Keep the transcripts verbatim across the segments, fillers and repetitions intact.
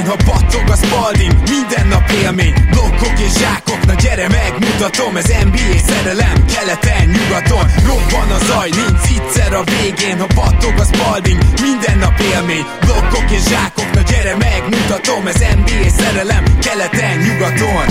végén, ha battog a Spalding, minden nap élmény, blokkok és zsákok, na gyere megmutatom, ez en bé á szerelem, keleten, nyugaton, robban a zaj, nincs egyszer a végén, ha battog a Spalding, minden nap élmény, blokkok és zsákok, na gyere megmutatom, ez en bé á szerelem, keleten, nyugaton.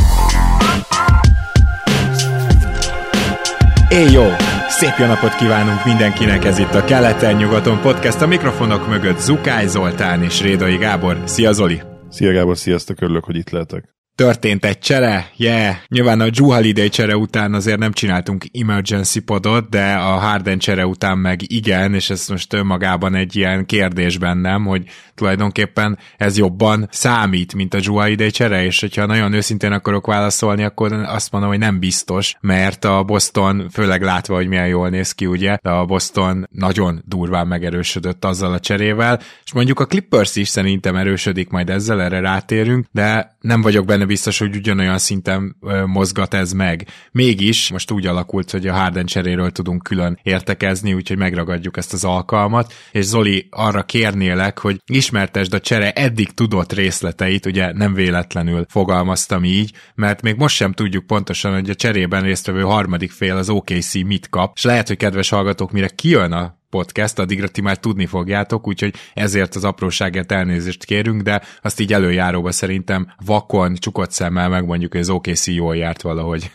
Éj jó! Szép jó napot kívánunk mindenkinek, ez itt a Keleten-nyugaton podcast, a mikrofonok mögött Zukály Zoltán és Rédai Gábor. Szia Zoli! Szia Gábor, sziasztok, örülök, hogy itt lehetek. Történt egy csere, yeah! Nyilván a Jrue Holiday csere után azért nem csináltunk emergency podot, de a Harden csere után meg igen, és ez most önmagában egy ilyen kérdés bennem, hogy tulajdonképpen ez jobban számít, mint a Jrue Holiday csere, és hogyha nagyon őszintén akarok válaszolni, akkor azt mondom, hogy nem biztos, mert a Boston, főleg látva, hogy milyen jól néz ki, ugye, de a Boston nagyon durván megerősödött azzal a cserével, és mondjuk a Clippers is szerintem erősödik, majd ezzel erre rátérünk, de nem vagyok benne biztos, hogy ugyanolyan szinten ö, mozgat ez meg. Mégis most úgy alakult, hogy a Harden cseréről tudunk külön értekezni, úgyhogy megragadjuk ezt az alkalmat, és Zoli, arra kérnélek, hogy ismertesd a csere eddig tudott részleteit, ugye nem véletlenül fogalmaztam így, mert még most sem tudjuk pontosan, hogy a cserében résztvevő harmadik fél az o ká cé mit kap, és lehet, hogy kedves hallgatók, mire kijön a podcast, addigra ti már tudni fogjátok, úgyhogy ezért az apróságért elnézést kérünk, de azt így előjáróba szerintem vakon, csukott szemmel megmondjuk, hogy az o ká cé jól járt valahogy.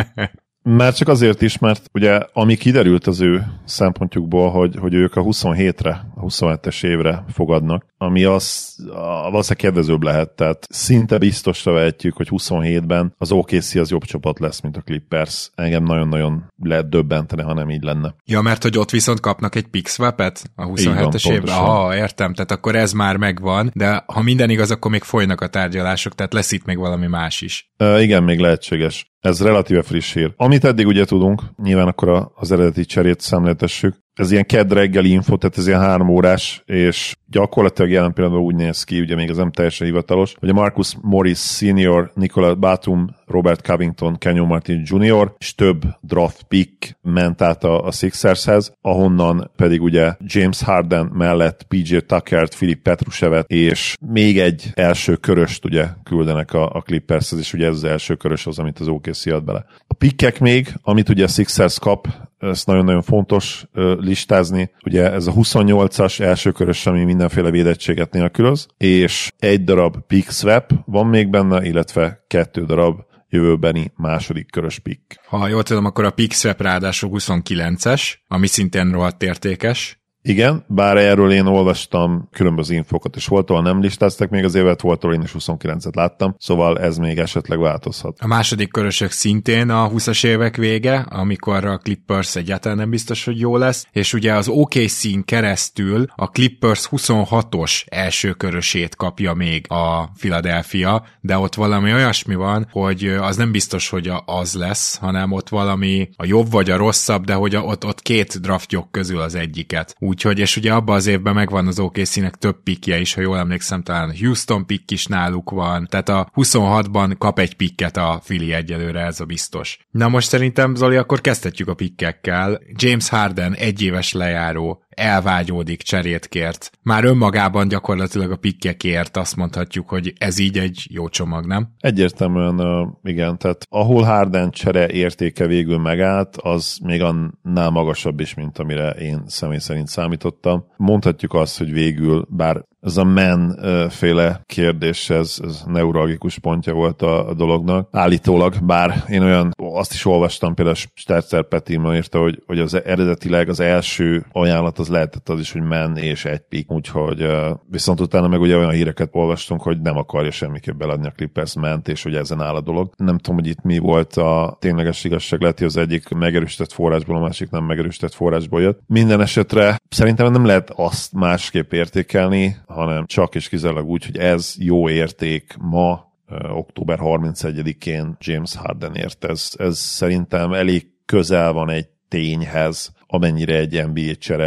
Már csak azért is, mert ugye ami kiderült az ő szempontjukból, hogy, hogy ők a huszonhétre, a huszonhetes évre fogadnak, ami az valószínűleg kedvezőbb lehet, tehát szinte biztosra vehetjük, hogy huszonhétben az o ká cé az jobb csapat lesz, mint a Clippers. Engem nagyon-nagyon lehet döbbenteni, ha nem így lenne. Ja, mert hogy ott viszont kapnak egy pick swap-et a huszonhetes évben? Aha, értem, tehát akkor ez már megvan, de ha minden igaz, akkor még folynak a tárgyalások, tehát lesz itt még valami más is. Uh, igen, még lehetséges. Ez relatíve friss hír. Amit eddig ugye tudunk, nyilván akkor a, az eredeti cserét szemléltessük. Ez ilyen kedd reggeli info, tehát ez ilyen három órás, és gyakorlatilag jelen pillanatban úgy néz ki, ugye még ez nem teljesen hivatalos, hogy a Marcus Morris senior, Nicola Batum, Robert Covington, Kenyon Martin junior és több draft pick ment át a, a Sixershez, ahonnan pedig ugye James Harden mellett pé jé Tuckert, Filip Petrushevet és még egy első köröst ugye küldenek a, a Clippershez, és ugye ez az első körös az, amit az o ká cé ad bele. A pickek még, amit ugye a Sixers kap, ezt nagyon-nagyon fontos uh, listázni. Ugye ez a huszonnyolcas első körös, ami mindenféle védettséget nélkülöz, és egy darab pick swap van még benne, illetve kettő darab jövőbeni második körös pick. Ha jól tudom, akkor a pick swap ráadásul huszonkilences, ami szintén rohadt értékes. Igen, bár erről én olvastam különböző infokat, és volt, ahol nem listáztak még az évet, volt, ahol én is huszonkilencet láttam, szóval ez még esetleg változhat. A második körösök szintén a huszas évek vége, amikor a Clippers egyáltalán nem biztos, hogy jó lesz, és ugye az o ká cén keresztül a Clippers huszonhatos első körösét kapja még a Philadelphia, de ott valami olyasmi van, hogy az nem biztos, hogy az lesz, hanem ott valami a jobb vagy a rosszabb, de hogy ott, ott két draftjog közül az egyiket. Úgyhogy, és ugye abban az évben megvan az o ká cének több pickje is, ha jól emlékszem, talán Houston pick is náluk van, tehát a huszonhatban kap egy picket a Philly egyelőre, ez a biztos. Na most szerintem, Zoli, akkor kezdhetjük a pickekkel. James Harden egyéves lejáró, elvágyódik, cserét kért. Már önmagában gyakorlatilag a pickekért azt mondhatjuk, hogy ez így egy jó csomag, nem? Egyértelműen igen, tehát ahol Harden csere értéke végül megállt, az még annál magasabb is, mint amire én személy szerint számítottam. Mondhatjuk azt, hogy végül, bár ez a man féle kérdés, ez, ez neuralgikus pontja volt a, a dolognak. Állítólag, bár én olyan, azt is olvastam, például Sterzer Peti írta, hogy, hogy az eredetileg az első ajánlat az lehetett az is, hogy man és egy pick, úgyhogy viszont utána meg ugye olyan híreket olvastunk, hogy nem akarja semmiképp beladni a Clippers ment, és hogy ezen áll a dolog. Nem tudom, hogy itt mi volt a tényleges igazság, lehet, hogy az egyik megerősített forrásból, a másik nem megerősített forrásból jött. Minden esetre szerintem nem lehet azt másképp értékelni, hanem csak és kizárólag úgy, hogy ez jó érték ma, október harmincegyedikén James Hardenért. Ez, ez szerintem elég közel van egy tényhez, amennyire egy en bé á csere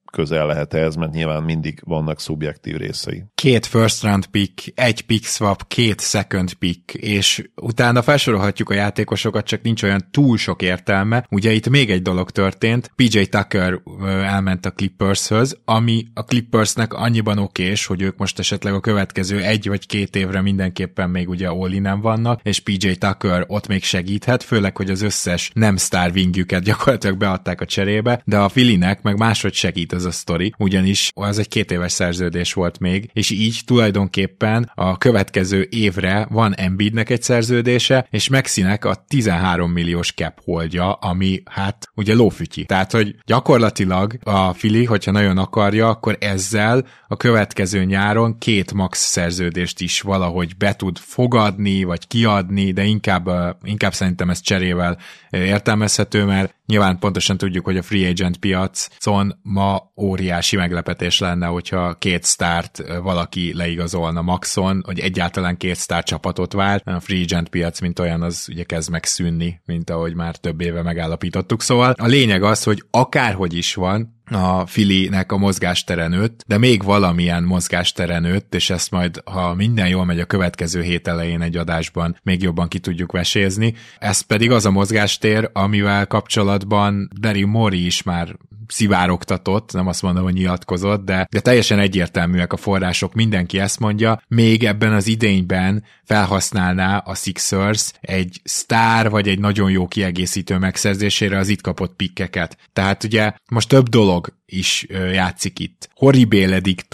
közel lehet ez, mert nyilván mindig vannak szubjektív részei. Két first round pick, egy pick swap, két second pick, és utána felsorolhatjuk a játékosokat, csak nincs olyan túl sok értelme. Ugye itt még egy dolog történt, pé jé Tucker elment a Clippershöz, ami a Clippersnek annyiban okés, hogy ők most esetleg a következő egy vagy két évre mindenképpen még ugye all-inen vannak, és pé jé Tucker ott még segíthet, főleg, hogy az összes nem sztár wingjüket gyakorlatilag beadták a cserébe, de a Phillynek meg máshogy segít ez a sztori, ugyanis az egy két éves szerződés volt még, és így tulajdonképpen a következő évre van Embiidnek egy szerződése, és Maxinek a tizenhárom milliós cap holdja, ami hát ugye lófütyi. Tehát, hogy gyakorlatilag a Philly, hogyha nagyon akarja, akkor ezzel a következő nyáron két max szerződést is valahogy be tud fogadni, vagy kiadni, de inkább, inkább szerintem ez cserével értelmezhető, mert nyilván pontosan tudjuk, hogy a free agent piacon ma óriási meglepetés lenne, hogyha két sztárt valaki leigazolna maxon, hogy egyáltalán két sztár csapatot vár. A free agent piac, mint olyan, az ugye kezd megszűnni, mint ahogy már több éve megállapítottuk. Szóval a lényeg az, hogy akárhogy is van, a Phillynek a mozgástere nőtt, de még valamilyen mozgástere nőtt, és ezt majd, ha minden jól megy a következő hét elején egy adásban, még jobban ki tudjuk vesézni. Ez pedig az a mozgástér, amivel kapcsolatban Daryl Morey is már szivárogtatott, nem azt mondom, hogy nyilatkozott, de, de teljesen egyértelműek a források, mindenki ezt mondja, még ebben az idényben felhasználná a Sixers egy sztár, vagy egy nagyon jó kiegészítő megszerzésére az itt kapott pikkeket. Tehát ugye most több dolog is játszik itt. Horribile dictu.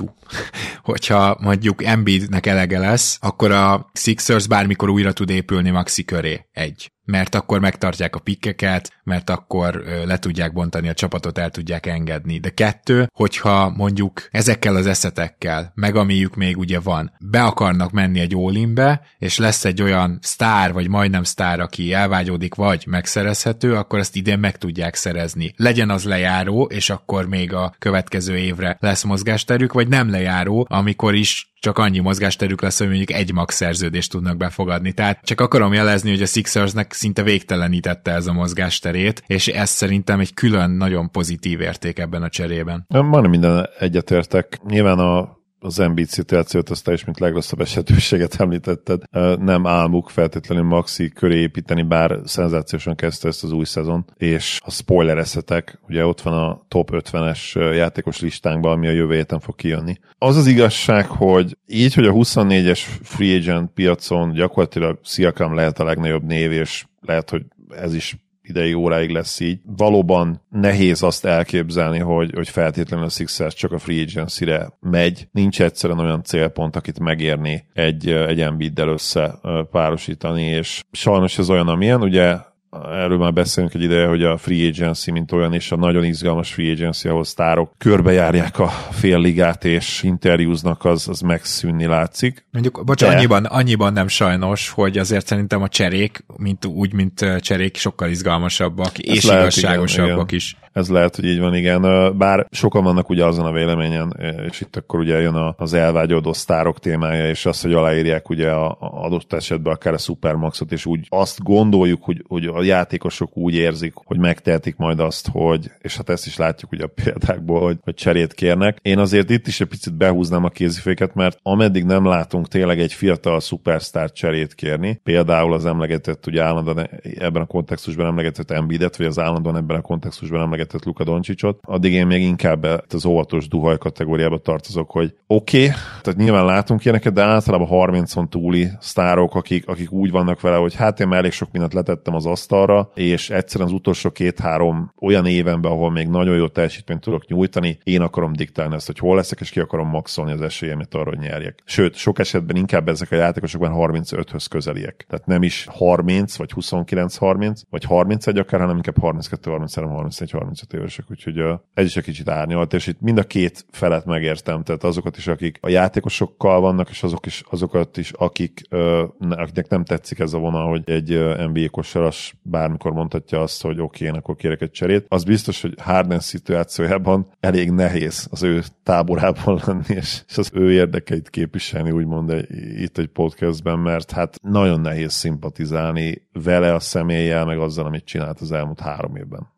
Hogyha mondjuk Embiidnek elege lesz, akkor a Sixers bármikor újra tud épülni Maxi köré. Egy. Mert akkor megtartják a pikkeket, mert akkor le tudják bontani a csapatot, el tudják engedni. De kettő, hogyha mondjuk ezekkel az eszetekkel, meg amiük még ugye van, be akarnak menni egy all-inbe, és lesz egy olyan sztár, vagy majdnem sztár, aki elvágyódik, vagy megszerezhető, akkor ezt idén meg tudják szerezni. Legyen az lejáró, és akkor még a következő évre lesz mozgásterük, vagy nem lejáró, amikor is csak annyi mozgásterük lesz, hogy mondjuk egy max szerződést tudnak befogadni. Tehát csak akarom jelezni, hogy a Sixersnek szinte végtelenítette ez a mozgásterét, és ez szerintem egy külön nagyon pozitív érték ebben a cserében. Majdnem minden egyetértek. Nyilván a az Embiid szituációt, azt te is, mint legrosszabb esetőséget említetted. Nem álmuk feltétlenül Maxi köré építeni, bár szenzációsan kezdte ezt az új szezon, és a spoilerezhetek, ugye ott van a top ötvenes játékos listánkban, ami a jövő héten fog kijönni. Az az igazság, hogy így, hogy a huszonnégyes free agent piacon gyakorlatilag Siakam lehet a legnagyobb név, és lehet, hogy ez is ideig óráig lesz így. Valóban nehéz azt elképzelni, hogy, hogy feltétlenül a Sixers csak a free agency-re megy. Nincs egyszerűen olyan célpont, akit megérni egy, egy Embiiddel össze párosítani, és sajnos ez olyan, amilyen, ugye erről már beszélünk egy ideje, hogy a free agency, mint olyan, és a nagyon izgalmas free agency, ahol sztárok körbejárják a fél ligát, és interjúznak, az, az megszűnni látszik. Mondjuk, bocsánat, De... annyiban, annyiban nem sajnos, hogy azért szerintem a cserék, mint, úgy, mint cserék, sokkal izgalmasabbak, ez és lehet, igazságosabbak igen, igen. is. Ez lehet, hogy így van, igen. Bár sokan vannak ugye azon a véleményen, és itt akkor ugye jön az elvágyódó sztárok témája, és az, hogy aláírják ugye a adott esetben akár a Supermaxot, és úgy azt gondoljuk, hogy, hogy a játékosok úgy érzik, hogy megtehetik majd azt, hogy, és hát ezt is látjuk ugye a példákból, hogy, hogy cserét kérnek. Én azért itt is egy picit behúznám a kéziféket, mert ameddig nem látunk tényleg egy fiatal szupersztár cserét kérni, például az emlegetett, ugye állandóan ebben a kontextusban emlegetett Embiidet, vagy az állandóan ebben a kontextusban emlegetett Luka Doncsicsot, addig én még inkább az óvatos duhaj kategóriába tartozok, hogy oké, okay, tehát nyilván látunk ilyeneket, de általában harmincon túli sztárok, akik, akik úgy vannak vele, hogy hát én már elég sok mindent letettem az asztalra, és egyszerűen az utolsó két-három olyan évenben, ahol még nagyon jó teljesítményt tudok nyújtani, én akarom diktálni ezt, hogy hol leszek, és ki akarom maxolni az esélyemet arra, hogy nyerjek. Sőt, sok esetben inkább ezek a játékosokban harmincöthöz közeliek. Tehát nem is harminc, vagy huszonkilenc harminc, vagy harmincegy akár, hanem inkább harminckettő harminchárom harmincnégy harmincöt évesek, úgyhogy uh, ez is egy kicsit árnyalt, és itt mind a két felet megértem, tehát azokat is, akik a játékosokkal vannak, és azok is, azokat is, akik, uh, akiknek nem tetszik ez a vonal, hogy egy uh, en bé á kosaras bármikor mondhatja azt, hogy oké, én akkor kérek egy cserét. Az biztos, hogy Harden szituációjában elég nehéz az ő táborában lenni, és, és az ő érdekeit képviselni, úgymond egy, itt egy podcastben, mert hát nagyon nehéz szimpatizálni vele a személlyel, meg azzal, amit csinált az elmúlt három évben.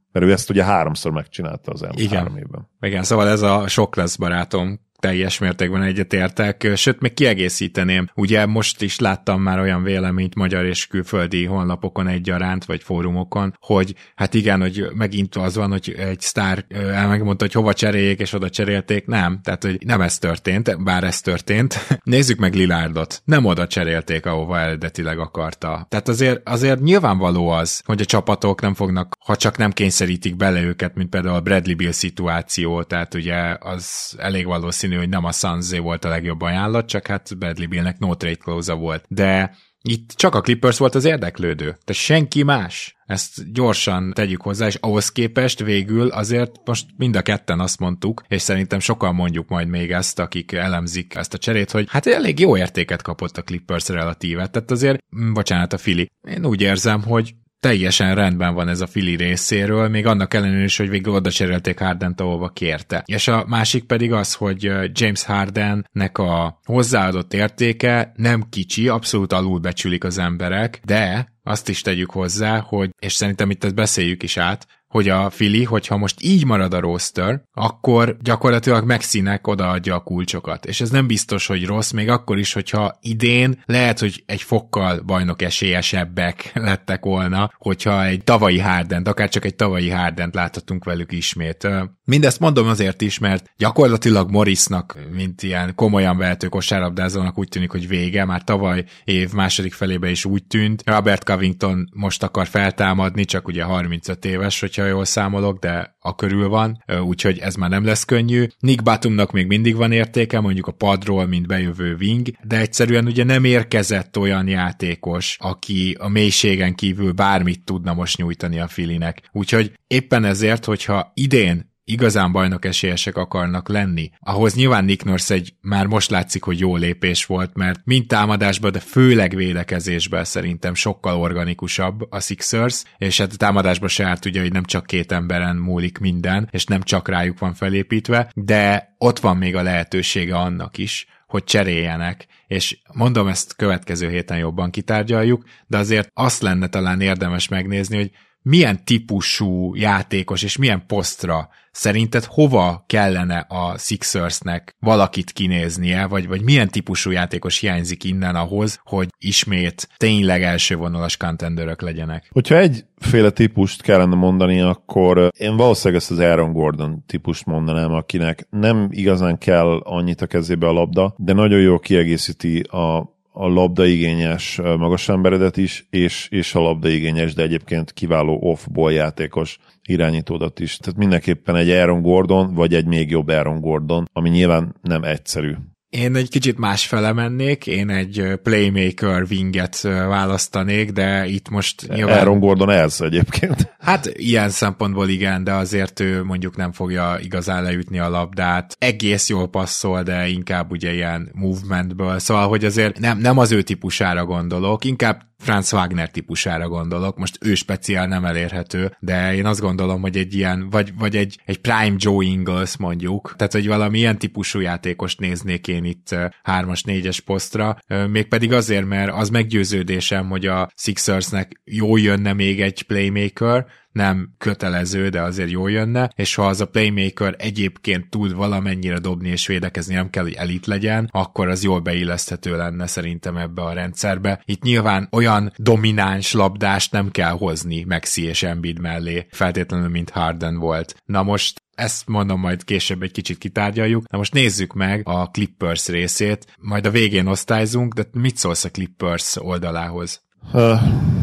Mert ő ezt ugye háromszor megcsinálta az elmúlt három évben. Igen, szóval ez a sok lesz, barátom. Teljes mértékben egyetértek, sőt, még kiegészíteném. Ugye most is láttam már olyan véleményt magyar és külföldi honlapokon egyaránt, vagy fórumokon, hogy hát igen, hogy megint az van, hogy egy sztár megmondta, hogy hova cseréljék, és oda cserélték. Nem, tehát hogy nem ez történt, bár ez történt. Nézzük meg Lillardot. Nem oda cserélték, ahova eredetileg akarta. Tehát azért, azért nyilvánvaló az, hogy a csapatok nem fognak, ha csak nem kényszerítik bele őket, mint például a Bradley Beal szituáció, tehát ugye az elég valószínű, hogy nem a Suns volt a legjobb ajánlat, csak hát Bradley Bealnek no trade clause volt. De itt csak a Clippers volt az érdeklődő. Tehát senki más. Ezt gyorsan tegyük hozzá, és ahhoz képest végül azért most mind a ketten azt mondtuk, és szerintem sokan mondjuk majd még ezt, akik elemzik ezt a cserét, hogy hát elég jó értéket kapott a Clippers relatíve. Tehát azért, bocsánat, a Philly. Én úgy érzem, hogy teljesen rendben van ez a Philly részéről, még annak ellenőre is, hogy végül oda cserélték Hardent, ahova kérte. És a másik pedig az, hogy James Hardennek a hozzáadott értéke nem kicsi, abszolút alulbecsülik az emberek, de azt is tegyük hozzá, hogy, és szerintem itt ezt beszéljük is át, hogy a Philly, hogyha most így marad a roster, akkor gyakorlatilag Maxinek odaadja a kulcsokat. És ez nem biztos, hogy rossz, még akkor is, hogyha idén lehet, hogy egy fokkal bajnok esélyesebbek lettek volna, hogyha egy tavalyi Hardent, akár csak egy tavalyi Hardent láthatunk velük ismét. Mindezt mondom azért is, mert gyakorlatilag Morrisnak, mint ilyen komolyan vehető kosárlabdázónak úgy tűnik, hogy vége, már tavaly év második felébe is úgy tűnt. Robert Covington most akar feltámadni, csak ugye harmincöt éves, hogyha jól számolok, de a körül van, úgyhogy ez már nem lesz könnyű. Nick Batumnak még mindig van értéke, mondjuk a padról, mint bejövő wing, de egyszerűen ugye nem érkezett olyan játékos, aki a mélységen kívül bármit tudna most nyújtani a Phillynek. Úgyhogy éppen ezért, hogyha idén igazán bajnok esélyesek akarnak lenni. Ahhoz nyilván Nick Nurse egy, már most látszik, hogy jó lépés volt, mert mind támadásban, de főleg védekezésben szerintem sokkal organikusabb a Sixers, és hát a támadásban se árt ugye, hogy nem csak két emberen múlik minden, és nem csak rájuk van felépítve, de ott van még a lehetősége annak is, hogy cseréljenek, és mondom, ezt következő héten jobban kitárgyaljuk, de azért azt lenne talán érdemes megnézni, hogy milyen típusú játékos és milyen posztra szerinted hova kellene a Sixersnek valakit kinéznie, vagy, vagy milyen típusú játékos hiányzik innen ahhoz, hogy ismét tényleg elsővonalas contenderök legyenek? Hogyha egyféle típust kellene mondani, akkor én valószínűleg ezt az Aaron Gordon típust mondanám, akinek nem igazán kell annyit a kezébe a labda, de nagyon jól kiegészíti a a labdaigényes magas emberedet is, és, és a labdaigényes, de egyébként kiváló off-ball játékos irányítódat is. Tehát mindenképpen egy Aaron Gordon, vagy egy még jobb Aaron Gordon, ami nyilván nem egyszerű. Én egy kicsit másfele mennék, én egy playmaker winget választanék, de itt most nyilván... Aaron Gordon ez egyébként. Hát ilyen szempontból igen, de azért ő mondjuk nem fogja igazán leütni a labdát. Egész jól passzol, de inkább ugye ilyen movementből, szóval hogy azért nem, nem az ő típusára gondolok, inkább Franz Wagner típusára gondolok, most ő speciál nem elérhető, de én azt gondolom, hogy egy ilyen, vagy, vagy egy, egy Prime Joe Ingles mondjuk, tehát hogy valami ilyen típusú játékost néznék én itt hármas, négyes posztra, mégpedig azért, mert az meggyőződésem, hogy a Sixersnek jól jönne még egy playmaker, nem kötelező, de azért jól jönne, és ha az a playmaker egyébként tud valamennyire dobni és védekezni, nem kell, hogy elit legyen, akkor az jól beilleszthető lenne szerintem ebbe a rendszerbe. Itt nyilván olyan domináns labdást nem kell hozni Maxi és Embiid mellé, feltétlenül, mint Harden volt. Na most ezt mondom, majd később egy kicsit kitárgyaljuk. Na most nézzük meg a Clippers részét, majd a végén osztályzunk, de mit szólsz a Clippers oldalához? Uh.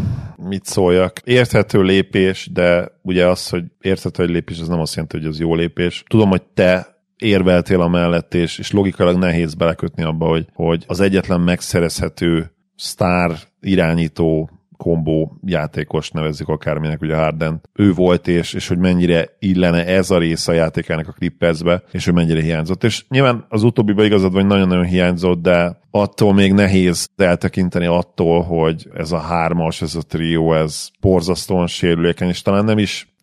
Mit szóljak. Érthető lépés, de ugye az, hogy érthető egy lépés, az nem azt jelenti, hogy az jó lépés. Tudom, hogy te érveltél amellett, és, és logikailag nehéz belekötni abba, hogy, hogy az egyetlen megszerezhető sztár irányító kombó játékos, nevezzük akárminek, ugye Harden, ő volt, és, és hogy mennyire illene ez a része a játékának a Clippersbe, és hogy mennyire hiányzott. És nyilván az utóbbiban igazad van, nagyon-nagyon hiányzott, de attól még nehéz eltekinteni attól, hogy ez a hármas, ez a trió, ez borzasztóan sérülékeny, és talán nem is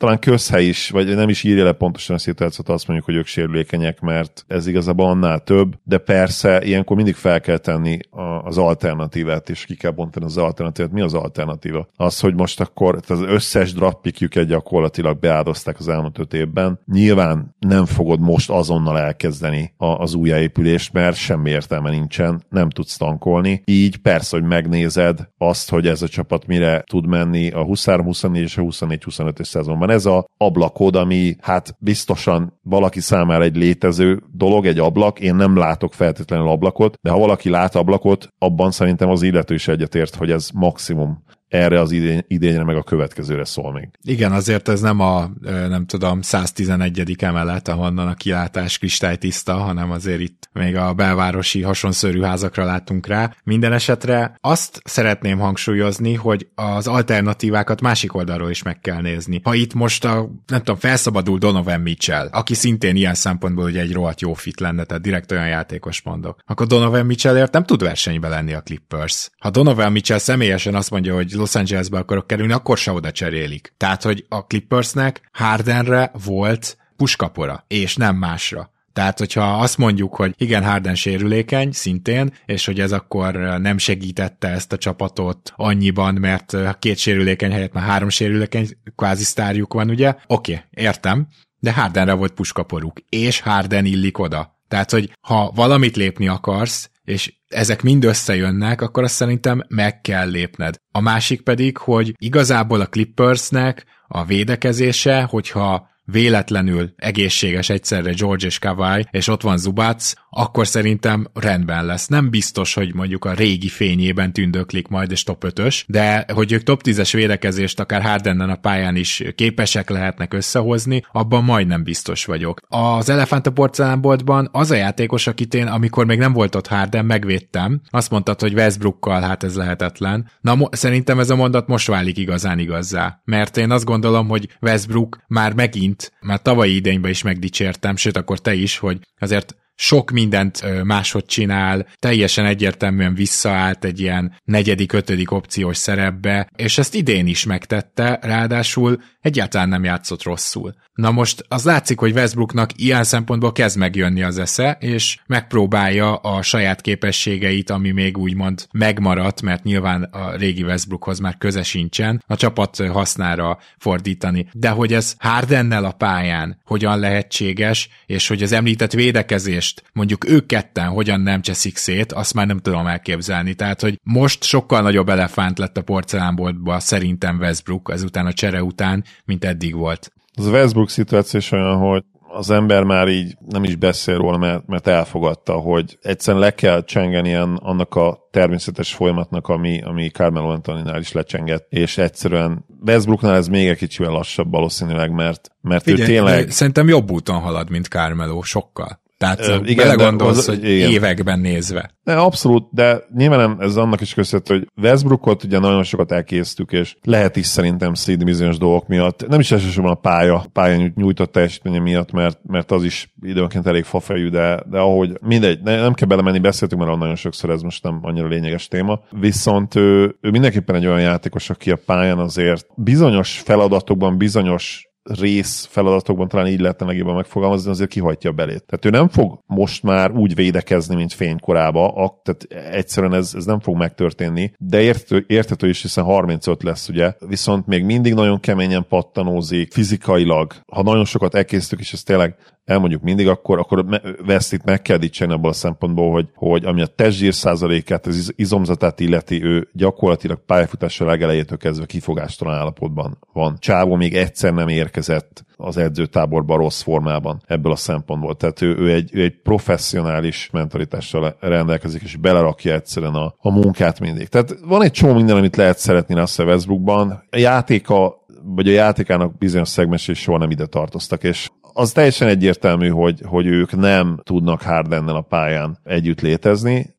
talán közhely is, vagy nem is írja le pontosan a szituációt, azt mondjuk, hogy ők sérülékenyek, mert ez igazából annál több, de persze ilyenkor mindig fel kell tenni az alternatívát, és ki kell bontani az alternatívát. Mi az alternatíva? Az, hogy most akkor az összes draft pickjüket gyakorlatilag beáldozták az elmúlt öt évben. Nyilván nem fogod most azonnal elkezdeni az újjáépülést, mert semmi értelme nincsen, nem tudsz tankolni. Így persze, hogy megnézed azt, hogy ez a csapat mire tud menni a huszonhárom huszonnégy és a huszonnégy huszonötös szezonban. Ez a ablakod, ami hát biztosan valaki számára egy létező dolog, egy ablak. Én nem látok feltétlenül ablakot, de ha valaki lát ablakot, abban szerintem az illető is egyetért, hogy ez maximum erre az idény, idényre meg a következőre szól még. Igen, azért ez nem a, nem tudom, száztizenegyedik emelet, ahonnan a kilátás kristálytiszta, hanem azért itt még a belvárosi hasonszörű házakra látunk rá. Minden esetre azt szeretném hangsúlyozni, hogy az alternatívákat másik oldalról is meg kell nézni. Ha itt most a, nem tudom, felszabadul Donovan Mitchell, aki szintén ilyen szempontból ugye egy rohadt jó fit lenne, tehát direkt olyan játékos mondok, akkor Donovan Mitchellért nem tud versenybe lenni a Clippers. Ha Donovan Mitchell személyesen azt mondja, hogy Los Angelesbe akarok kerülni, akkor se oda cserélik. Tehát, hogy a Clippersnek Hardenre volt puskapora, és nem másra. Tehát, hogyha azt mondjuk, hogy igen, Harden sérülékeny, szintén, és hogy ez akkor nem segítette ezt a csapatot annyiban, mert két sérülékeny helyett már három sérülékeny kvázi sztárjuk van, ugye? Oké, okay, értem, de Hardenre volt puskaporuk, és Harden illik oda. Tehát, hogy ha valamit lépni akarsz, és ezek mind összejönnek, akkor azt szerintem meg kell lépned. A másik pedig, hogy igazából a Clippersnek a védekezése, hogyha véletlenül egészséges egyszerre George és Kawhi, és ott van Zubac, akkor szerintem rendben lesz. Nem biztos, hogy mondjuk a régi fényében tündöklik majd, és top ötös, de hogy ők top tízes védekezést akár Hardenen a pályán is képesek lehetnek összehozni, abban majdnem biztos vagyok. Az elefánt a porcelánboltban az a játékos, akit én, amikor még nem volt ott Harden, megvédtem, azt mondtad, hogy Westbrookkal, hát ez lehetetlen. Na, mo- szerintem ez a mondat most válik igazán igazzá. Mert én azt gondolom, hogy Westbrook már megint, már tavalyi idényben is megdicsértem, sőt, akkor te is, hogy azért sok mindent máshogy csinál, teljesen egyértelműen visszaállt egy ilyen negyedik, ötödik opciós szerepbe, és ezt idén is megtette, ráadásul egyáltalán nem játszott rosszul. Na most az látszik, hogy Westbrooknak ilyen szempontból kezd megjönni az esze, és megpróbálja a saját képességeit, ami még úgymond megmaradt, mert nyilván a régi Westbrookhoz már köze sincsen, a csapat hasznára fordítani. De hogy ez Hardennel a pályán hogyan lehetséges, és hogy az említett védekezést mondjuk ők ketten hogyan nem cseszik szét, azt már nem tudom elképzelni. Tehát, hogy most sokkal nagyobb elefánt lett a porcelánboltba szerintem Westbrook ezután a csere után, mint eddig volt. Az a Westbrook szituáció is olyan, hogy az ember már így nem is beszél róla, mert, mert elfogadta, hogy egyszerűen le kell csengeni annak a természetes folyamatnak, ami, ami Carmelo Anthony-nál is lecsengett, és egyszerűen Westbrooknál ez még egy kicsivel lassabb valószínűleg, mert, mert Figyelj, ő tényleg... Szerintem jobb úton halad, mint Carmelo, sokkal. Tehát Ö, igen, belegondolsz, az, hogy igen. években nézve. De abszolút, de nyilván nem, ez annak is köszönhető, hogy Westbrookot ugye nagyon sokat elkésztük, és lehet is szerintem szíd bizonyos dolgok miatt. Nem is elsősorban a pálya, a pálya nyújtott teljesítménye miatt, mert, mert az is időnként elég fafejű, de, de ahogy mindegy, nem kell belemenni, beszéltünk már nagyon sokszor, ez most nem annyira lényeges téma. Viszont ő, ő mindenképpen egy olyan játékos, aki a pályán azért bizonyos feladatokban, bizonyos rész feladatokban talán így lehetne legjobban megfogalmazni, azért kihagyja a belét. Tehát ő nem fog most már úgy védekezni, mint fénykorába, tehát egyszerűen ez, ez nem fog megtörténni, de érthető, érthető is, hiszen harmincöt lesz, ugye, viszont még mindig nagyon keményen pattanózik, fizikailag, ha nagyon sokat elkészítük, és ez tényleg elmondjuk mindig, akkor, akkor Westit meg kell dicsérni abból a szempontból, hogy, hogy ami a testzsír százalékát, az izomzatát illeti, ő gyakorlatilag pályafutása legelejétől kezdve kifogástalan állapotban van. Csávó még egyszer nem érkezett az edzőtáborban rossz formában ebből a szempontból. Tehát ő, ő, egy, ő egy professzionális mentalitással rendelkezik, és belerakja egyszerűen a, a munkát mindig. Tehát van egy csomó minden, amit lehet szeretni Russell Westbrookban. A játéka, vagy a játékának bizonyos szegmensei soha nem ide tartoztak, és az teljesen egyértelmű, hogy, hogy ők nem tudnak Hardennel a pályán együtt létezni,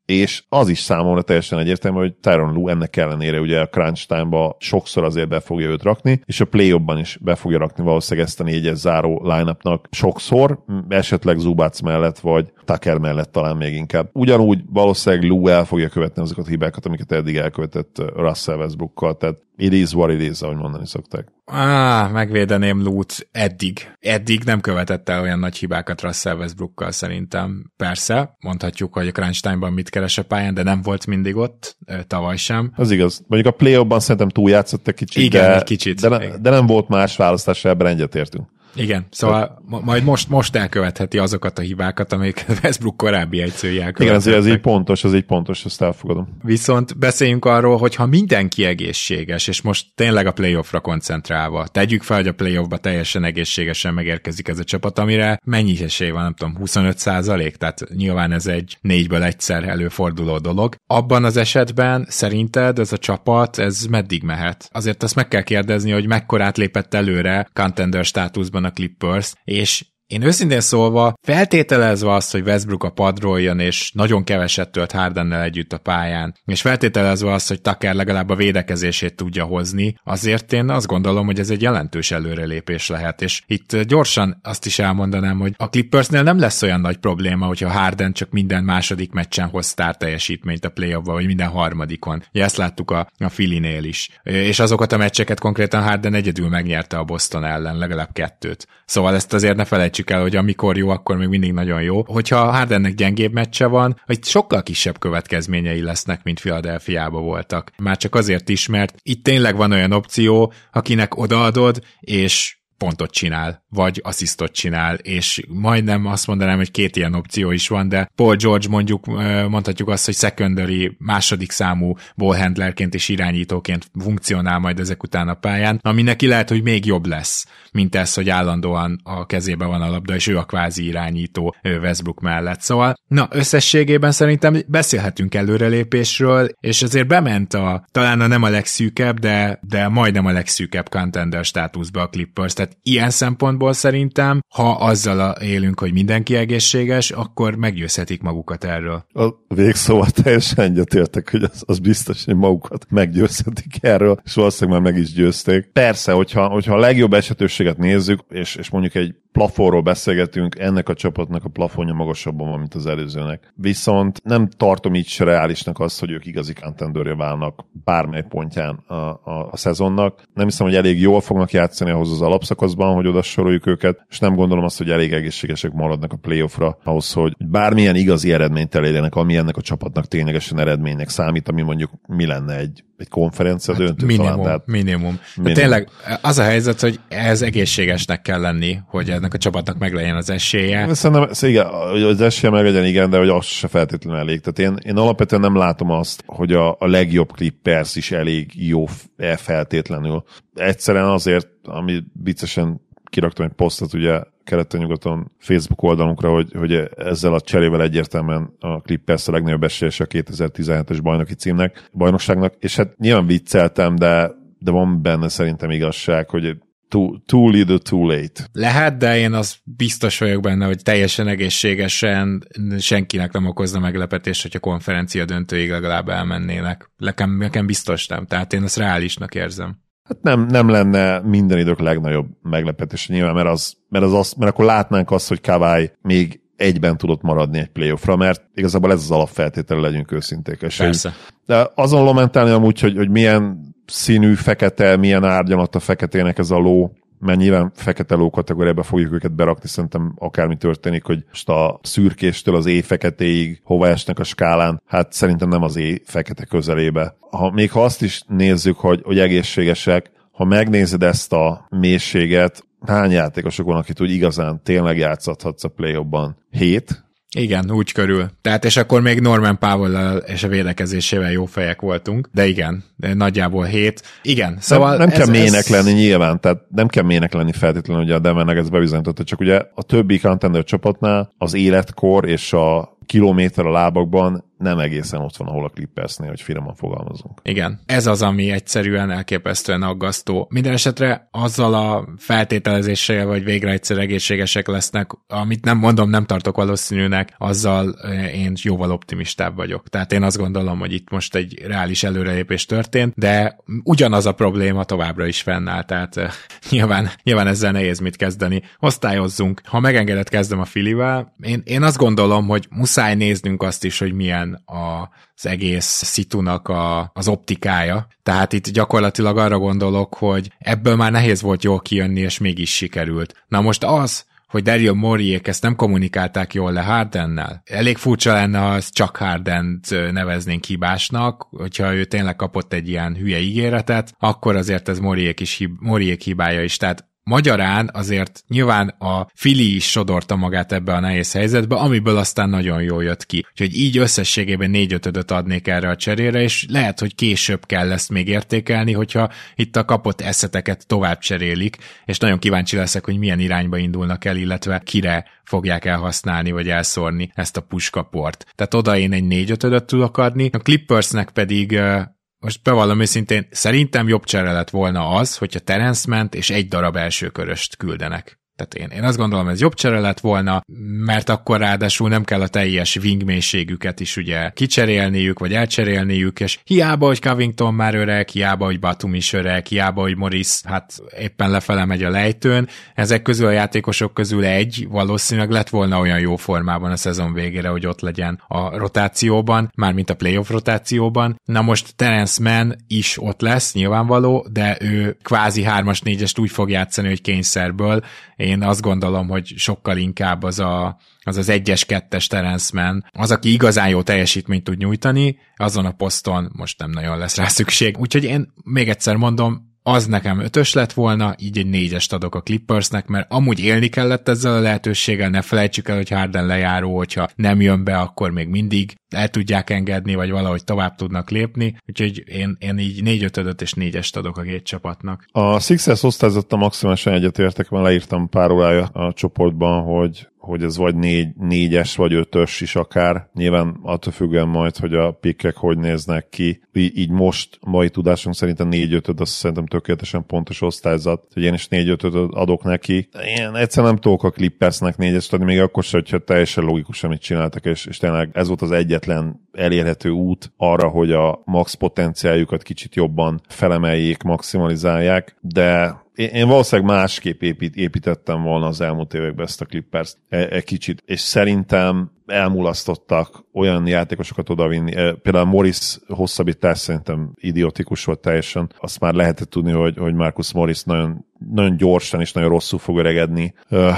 és az is számomra teljesen egyértelmű, hogy Tyronn Lue ennek ellenére ugye a crunch time-ba sokszor azért be fogja őt rakni, és a play-offban is be fogja rakni valószínűleg ezt a négyes záró line-upnak sokszor, esetleg Zubac mellett, vagy Tucker mellett talán még inkább. Ugyanúgy valószínűleg Lue el fogja követni azokat a hibákat, amiket eddig elkövetett Russell Westbrookkal, tehát it is what it is, ahogy mondani szokták. Á, megvédeném Lute eddig. Eddig nem követett el olyan nagy hibákat Russell Westbrookkal szerintem. Persze, mondhatjuk, hogy a crunch time-ban mit keres a pályán, de nem volt mindig ott, tavaly sem. Az igaz. Mondjuk a play-offban szerintem túljátszott egy kicsit, igen, de, egy kicsit. De, ne, de nem volt más választás, ebben egyetértünk. Igen, szóval majd most, most elkövetheti azokat a hibákat, amik Westbrook korábbi edzői elkövethettek. Igen, ez így pontos, ez így pontos, ezt elfogadom. Viszont beszéljünk arról, hogy ha mindenki egészséges, és most tényleg a playoffra koncentrálva, tegyük fel, hogy a playoffba teljesen egészségesen megérkezik ez a csapat, amire mennyi esély van, nem tudom, huszonöt százalék, tehát nyilván ez egy négyből egyszer előforduló dolog. Abban az esetben szerinted ez a csapat, ez meddig mehet? Azért azt meg kell kérdezni, hogy mekkorát lépett előre contender státuszban a Clippers, és én őszintén szólva, feltételezve azt, hogy Westbrook a padról jön, és nagyon keveset tölt Hardennel együtt a pályán, és feltételezve azt, hogy Tucker legalább a védekezését tudja hozni, azért én azt gondolom, hogy ez egy jelentős előrelépés lehet, és itt gyorsan azt is elmondanám, hogy a Clippersnél nem lesz olyan nagy probléma, hogyha Harden csak minden második meccsen hoz sztár teljesítményt a playoffba, vagy minden harmadikon. Ugye ezt láttuk a, a Phillynél is. És azokat a meccseket konkrétan Harden egyedül megnyerte a Boston ellen, legalább kettőt. Szóval ezt azért ne felejtsük el, hogy amikor jó, akkor még mindig nagyon jó. Hogyha Hardennek gyengébb meccse van, hogy sokkal kisebb következményei lesznek, mint Philadelphiában voltak. Már csak azért is, mert itt tényleg van olyan opció, akinek odaadod, és pontot csinál, vagy asszisztot csinál, és majdnem azt mondanám, hogy két ilyen opció is van, de Paul George mondjuk, mondhatjuk azt, hogy secondary, második számú ballhandlerként és irányítóként funkcionál majd ezek után a pályán, ami neki lehet, hogy még jobb lesz, mint ez, hogy állandóan a kezébe van a labda, és ő a kvázi irányító Westbrook mellett. Szóval, na, összességében szerintem beszélhetünk előrelépésről, és azért bement a, talán a nem a legszűkebb, de, de majdnem a legszűkebb contender státuszba a Clippers, tehát ilyen szempontból szerintem, ha azzal élünk, hogy mindenki egészséges, akkor meggyőzhetik magukat erről. A végszóval teljesen egyetértek, hogy az, az biztos, hogy magukat meggyőzhetik erről, és valószínűleg már meg is győzték. Persze, hogyha, hogyha a legjobb esetőséget nézzük, és, és mondjuk egy plafonról beszélgetünk, ennek a csapatnak a plafonja magasabban van, mint az előzőnek. Viszont nem tartom így se reálisnak azt, hogy ők igazi contenderje válnak bármely pontján a, a, a szezonnak. Nem hiszem, hogy elég jól fognak játszani ahhoz az alapszakaszban, hogy oda soroljuk őket, és nem gondolom azt, hogy elég egészségesek maradnak a playoffra ahhoz, hogy bármilyen igazi eredményt elérjenek, ami ennek a csapatnak ténylegesen eredménynek számít, ami mondjuk mi lenne egy, egy konferencia hát döntő. minimum, talán, tehát minimum. minimum. Tényleg az a helyzet, hogy ez egészségesnek kell lenni, hogy ennek a csapatnak meg legyen az esélye. Szerintem igen, az esélye meg legyen, igen, de hogy az se feltétlenül elég. Tehát én, én alapvetően nem látom azt, hogy a, a legjobb Clippers is elég jó feltétlenül. Egyszerűen azért, ami viccesen kiraktam egy posztot, ugye keleten-nyugaton Facebook oldalunkra, hogy, hogy ezzel a cserével egyértelműen a Clippers a legnagyobb esélyes a kétezer-tizenhetes bajnoki címnek, bajnokságnak, és hát nyilván vicceltem, de, de van benne szerintem igazság, hogy Too, too little, too late. Lehet, de én az biztos vagyok benne, hogy teljesen egészségesen senkinek nem okozna meglepetést, hogyha konferencia döntőig legalább elmennének. Nekem, nekem biztos nem, tehát én ezt reálisnak érzem. Hát nem, nem lenne minden idők legnagyobb meglepetés nyilván, mert, az, mert, az az, mert akkor látnánk azt, hogy Kawhi még egyben tudott maradni egy playoffra, mert igazából ez az alapfeltétele, legyünk őszinték. Persze. De azon lamentálni amúgy, hogy, hogy milyen színű fekete, milyen árgyalat a feketének ez a ló, mert nyilván fekete ló kategóriába fogjuk őket berakni, szerintem akármi történik, hogy most a szürkéstől az éjfeketéig hova esnek a skálán, hát szerintem nem az éjfekete közelébe. Ha, még ha azt is nézzük, hogy, hogy egészségesek, ha megnézed ezt a mélységet, hány játékosok van, akit úgy igazán tényleg játszhatsz a play-offban? Hét? Igen, úgy körül. Tehát és akkor még Norman Powell-el és a védekezésével jó fejek voltunk, de igen, de nagyjából hét. Igen, szóval... Nem, nem ez, kell mélynek ez... lenni nyilván, tehát nem kell mélynek lenni feltétlenül, ugye a Denvernek ez bebizonyította, csak ugye a többi contender csapatnál az életkor és a kilométer a lábakban nem egészen ott van, ahol a Clippersnél, hogy finoman fogalmazunk. Igen, ez az, ami egyszerűen elképesztően aggasztó. Minden esetre azzal a feltételezéssel, vagy végre egyszer egészségesek lesznek, amit nem mondom, nem tartok valószínűnek, azzal én jóval optimistább vagyok. Tehát én azt gondolom, hogy itt most egy reális előrelépés történt, de ugyanaz a probléma továbbra is fennáll, tehát uh, nyilván, nyilván ezzel nehéz mit kezdeni. Osztályozzunk. Ha megengedett, kezdem a Filivel. Én, én azt gondolom, hogy muszáj néznünk azt is, hogy milyen a az egész szitunak a, az optikája. Tehát itt gyakorlatilag arra gondolok, hogy ebből már nehéz volt jól kijönni, és mégis sikerült. Na most az, hogy Daryl Moreyék ezt nem kommunikálták jól le Hardennel. Elég furcsa lenne, ha csak Hardent neveznénk hibásnak, hogyha ő tényleg kapott egy ilyen hülye ígéretet, akkor azért ez Moreyék is hib- Moreyék hibája is. Tehát magyarán azért nyilván a Philly is sodorta magát ebbe a nehéz helyzetbe, amiből aztán nagyon jól jött ki. Úgyhogy így összességében négy-ötödöt adnék erre a cserére, és lehet, hogy később kell ezt még értékelni, hogyha itt a kapott eszeteket tovább cserélik, és nagyon kíváncsi leszek, hogy milyen irányba indulnak el, illetve kire fogják elhasználni, vagy elszórni ezt a puskaport. Tehát oda én egy négy-ötödöt tudok adni, a Clippersnek pedig most bevallom őszintén, szerintem jobb csere lett volna az, hogyha Terence Mannt és egy darab elsőköröst küldenek. Tehát én, én azt gondolom, ez jobb csere lett volna, mert akkor ráadásul nem kell a teljes wing mélységüket is ugye kicserélniük, vagy elcserélniük, és hiába, hogy Covington már öreg, hiába, hogy Batum is öreg, hiába, hogy Morris hát éppen lefele megy a lejtőn, ezek közül a játékosok közül egy valószínűleg lett volna olyan jó formában a szezon végére, hogy ott legyen a rotációban, mármint a playoff rotációban. Na most Terence Mann is ott lesz, nyilvánvaló, de ő kvázi hármas négyest úgy fog játszani, hogy kényszerből. Én azt gondolom, hogy sokkal inkább az a, az, az egyes, kettes Terence Mann, az, aki igazán jó teljesítményt tud nyújtani, azon a poszton most nem nagyon lesz rá szükség. Úgyhogy én még egyszer mondom, az nekem ötös lett volna, így egy négyest adok a Clippersnek, mert amúgy élni kellett ezzel a lehetőséggel, ne felejtsük el, hogy Harden lejáró, hogyha nem jön be, akkor még mindig el tudják engedni, vagy valahogy tovább tudnak lépni, úgyhogy én, én így négy-ötödöt és négyest adok a két csapatnak. A Sixers osztályzattal maximálisan egyetértek, mert leírtam pár órája a csoportban, hogy hogy ez vagy négy, négyes, vagy ötös is akár. Nyilván attól függően majd, hogy a pikkek hogy néznek ki. Így, így most, mai tudásunk szerint a négy-ötöd, azt szerintem tökéletesen pontos osztályzat, hogy én is négy-ötöd adok neki. Én egyszer nem tudok a Clippersnek négyest adni, még akkor sem, hogyha teljesen logikus, amit csináltak, és, és tényleg ez volt az egyetlen elérhető út arra, hogy a max potenciáljukat kicsit jobban felemeljék, maximalizálják, de én valószínűleg másképp épít, építettem volna az elmúlt években ezt a Clippers egy kicsit, és szerintem elmulasztottak olyan játékosokat odavinni. Például Morris hosszabbítás szerintem idiotikus volt teljesen. Azt már lehetett tudni, hogy, hogy Marcus Morris nagyon, nagyon gyorsan és nagyon rosszul fog öregedni.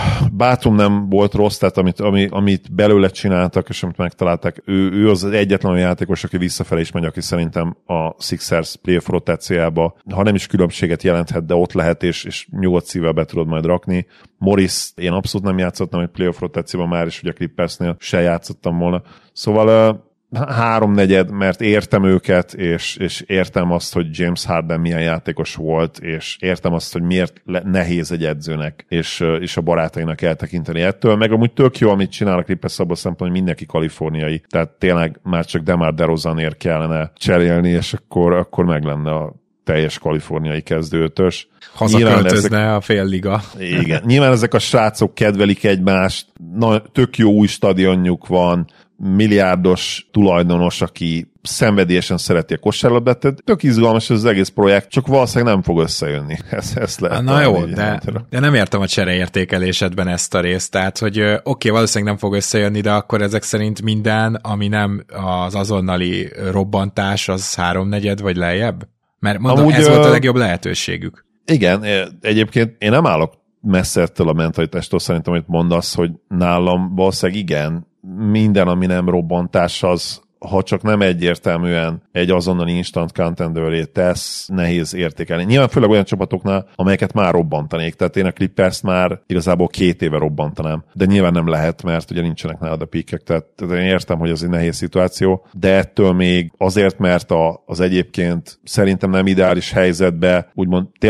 Batum nem volt rossz, tehát amit, ami, amit belőle csináltak, és amit megtalálták, ő, ő az egyetlen olyan játékos, aki visszafelé is megy, aki szerintem a Sixers playoff rotációjába, ha nem is különbséget jelenthet, de ott lehet, és, és nyugodt szívvel be tudod majd rakni. Morris, én abszolút nem játszottam egy playoff rotációban már, és ugye a Clippersnél se játszottam volna. Szóval uh, háromnegyed, mert értem őket, és, és értem azt, hogy James Harden milyen játékos volt, és értem azt, hogy miért le- nehéz egy edzőnek, és, uh, és a barátainak eltekinteni ettől. Meg amúgy tök jó, amit csinál a Clippers abban a szempontból, hogy mindenki kaliforniai. Tehát tényleg már csak DeMar DeRozanért kellene cserélni, és akkor, akkor meg lenne a teljes kaliforniai kezdőtös. Hazaköltözne ezek, a fél liga. Igen. Nyilván ezek a srácok kedvelik egymást, na, tök jó új stadionjuk van, milliárdos tulajdonos, aki szenvedélyesen szereti a kosárlabdát, tök izgalmas ez az egész projekt, csak valószínűleg nem fog összejönni. Ezt, ezt lehet. Na jó, de, de nem értem a csereértékelésedben ezt a részt, tehát, hogy oké, okay, valószínűleg nem fog összejönni, de akkor ezek szerint minden, ami nem az azonnali robbantás, az háromnegyed vagy lejjebb? Mert mondom, amúgy, ez volt a legjobb lehetőségük. Igen, egyébként én nem állok messze ettől a mentalitástól, szerintem, amit mondasz, hogy nálam valószínűleg igen, minden, ami nem robbantás, az, ha csak nem egyértelműen egy azonnali instant contenderré tesz, nehéz értékelni. Nyilván főleg olyan csapatoknál, amelyeket már robbantanék. Tehát én a Clippers már igazából két éve robbantanám. De nyilván nem lehet, mert ugye nincsenek nálad a pikkek. Tehát, tehát én értem, hogy ez egy nehéz szituáció, de ettől még azért, mert a, az egyébként szerintem nem ideális helyzetbe, úgymond tényleg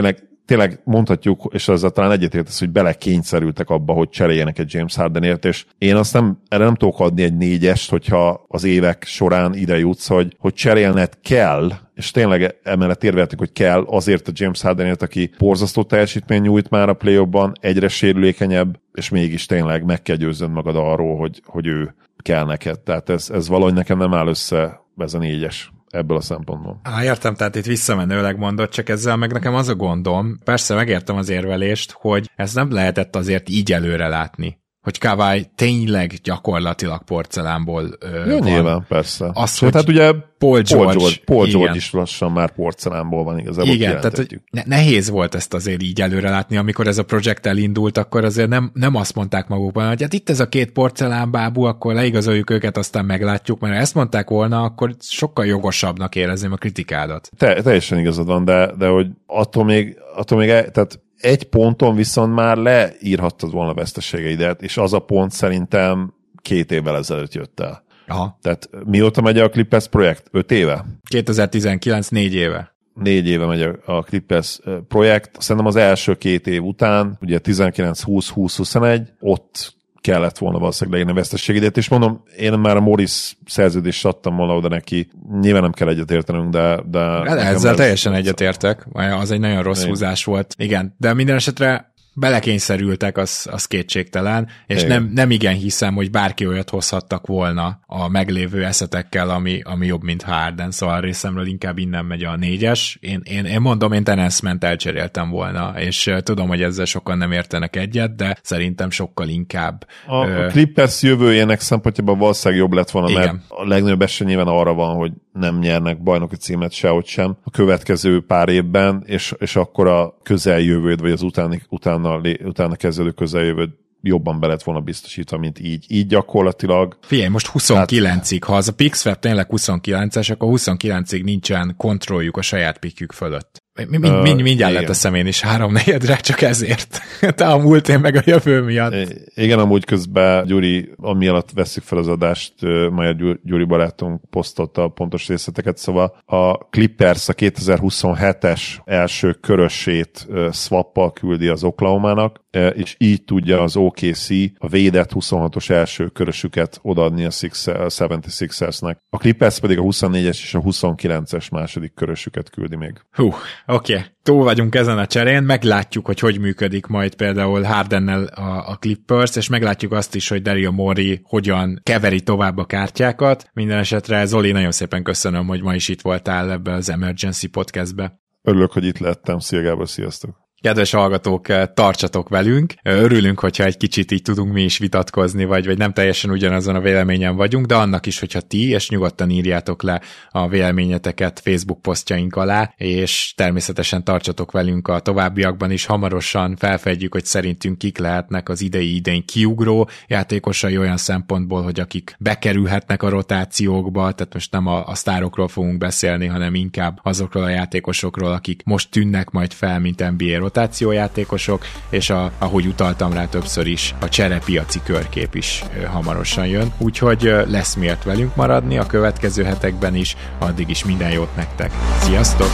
tényleg mondhatjuk, és ezzel talán egyetértesz, hogy belekényszerültek abba, hogy cseréljenek egy James Hardenért, és én azt nem, erre nem tudok adni egy négyest, hogyha az évek során ide jutsz, hogy, hogy cserélned kell, és tényleg emellett érveltük, hogy kell azért a James Hardenért, aki borzasztó teljesítmény nyújt már a play-offban, egyre sérülékenyebb, és mégis tényleg meg kell győznöd magad arról, hogy, hogy ő kell neked. Tehát ez, ez valahogy nekem nem áll össze ez a négyes ebből a szempontból. Á, értem, tehát itt visszamenőleg mondott, csak ezzel meg nekem az a gondom, persze megértem az érvelést, hogy ez nem lehetett azért így előre látni, hogy Kawhi tényleg gyakorlatilag porcelánból ö, ja, van. Nyilván, persze. Az, hogy tehát ugye Paul George, Paul George, Paul George is lassan már porcelánból van igazából. Igen, tehát hogy ne- nehéz volt ezt azért így előre látni, amikor ez a projekt elindult, akkor azért nem, nem azt mondták magukban, hogy hát itt ez a két porcelánbábú, akkor leigazoljuk őket, aztán meglátjuk, mert ha ezt mondták volna, akkor sokkal jogosabbnak érezném a kritikádat. Te, teljesen igazad van, de, de hogy attól még, attól még tehát egy ponton viszont már leírhattad volna a veszteségeidet, és az a pont szerintem két évvel ezelőtt jött el. Aha. Tehát mióta megy a Clippers projekt? Öt éve? kétezer-tizenkilenc, négy éve. Négy éve megy a Clippers projekt. Szerintem az első két év után, ugye tizenkilenc húsz húsz huszonegy, ott kellett volna valószínűleg leírni a veszteségidét, és mondom, én már a Morris szerződést adtam volna oda neki, nyilván nem kell egyetértenünk, de... de ezzel ez, teljesen egyetértek, az egy nagyon rossz én. húzás volt. Igen, de minden esetre belekényszerültek, az, az kétségtelen, és nem, nem igen hiszem, hogy bárki olyat hozhattak volna a meglévő eszetekkel, ami, ami jobb, mint Harden, szóval a részemről inkább innen megy a négyes. Én, én, én mondom, én Tenensment elcseréltem volna, és tudom, hogy ezzel sokan nem értenek egyet, de szerintem sokkal inkább. A, ö... a Clippers jövőjének szempontjában valószínűleg jobb lett volna, igen. Mert a legnagyobb esély nyilván arra van, hogy nem nyernek bajnoki címet sehogy sem a következő pár évben, és, és akkor a közeljövőd, vagy az utáni, utána, utána kezdődő közeljövőd jobban be lett volna biztosítva, mint így. Így gyakorlatilag... Figyelj, most huszonkilencig, ha az a pick-swap tényleg huszonkilences, akkor huszonkilencig nincsen kontrolljuk a saját pickjük fölött. Mind, mind, mind, mindjárt uh, leteszem én is háromnegyedre, csak ezért. Te a múlt én meg a jövő miatt. Igen, amúgy közben Gyuri, ami alatt veszik fel az adást, majd Gyuri barátunk posztolta a pontos részleteket, szóval a Clippers a kétezer-huszonhetes első körösét swappal küldi az Oklahomának, és így tudja az o ká cé a védett huszonhatos első körösüket odaadni a hetvenhatos-nek. A Clippers pedig a huszonnégyes és a huszonkilences második körösüket küldi még. Hú, oké. Okay. Túl vagyunk ezen a cserén, meglátjuk, hogy hogy működik majd például Hardennel a, a Clippers, és meglátjuk azt is, hogy Daryl Morey hogyan keveri tovább a kártyákat. Minden esetre, Zoli, nagyon szépen köszönöm, hogy ma is itt voltál ebbe az Emergency Podcastbe. Örülök, hogy itt lettem. Szia Gábor, sziasztok! Kedves hallgatók, tartsatok velünk. Örülünk, hogyha egy kicsit így tudunk mi is vitatkozni, vagy, vagy nem teljesen ugyanazon a véleményen vagyunk, de annak is, hogyha ti, és nyugodtan írjátok le a véleményeteket Facebook posztjaink alá, és természetesen tartsatok velünk a továbbiakban is. Hamarosan felfedjük, hogy szerintünk kik lehetnek az idei idén kiugró játékosai olyan szempontból, hogy akik bekerülhetnek a rotációkba, tehát most nem a, a sztárokról fogunk beszélni, hanem inkább azokról a játékosokról, akik most tűnnek majd fel, mint en bé á rotációjátékosok, és a, ahogy utaltam rá többször is, a cserepiaci körkép is ö, hamarosan jön, úgyhogy ö, lesz miért velünk maradni a következő hetekben is, addig is minden jót nektek. Sziasztok!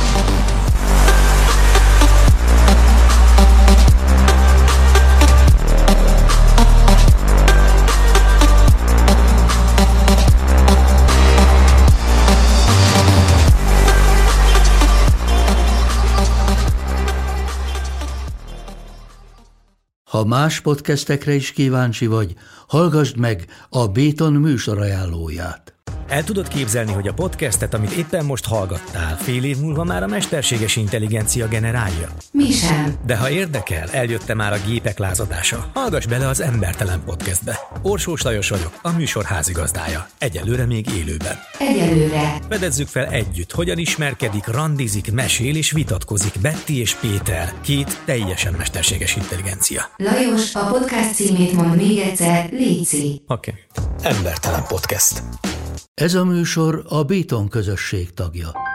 Ha más podcastekre is kíváncsi vagy, hallgassd meg a Béton műsor ajánlóját. El tudod képzelni, hogy a podcastet, amit éppen most hallgattál, fél év múlva már a mesterséges intelligencia generálja? Mi sem. De ha érdekel, eljött már a gépek lázadása. Hallgass bele az Embertelen Podcastbe. Orsós Lajos vagyok, a műsor házigazdája. Egyelőre még élőben. Egyelőre. Fedezzük fel együtt, hogyan ismerkedik, randizik, mesél és vitatkozik Betty és Péter, két teljesen mesterséges intelligencia. Lajos, a podcast címét mond még egyszer, léci. Oké. Okay. Embertelen Podcast. Ez a műsor a Béton közösség tagja.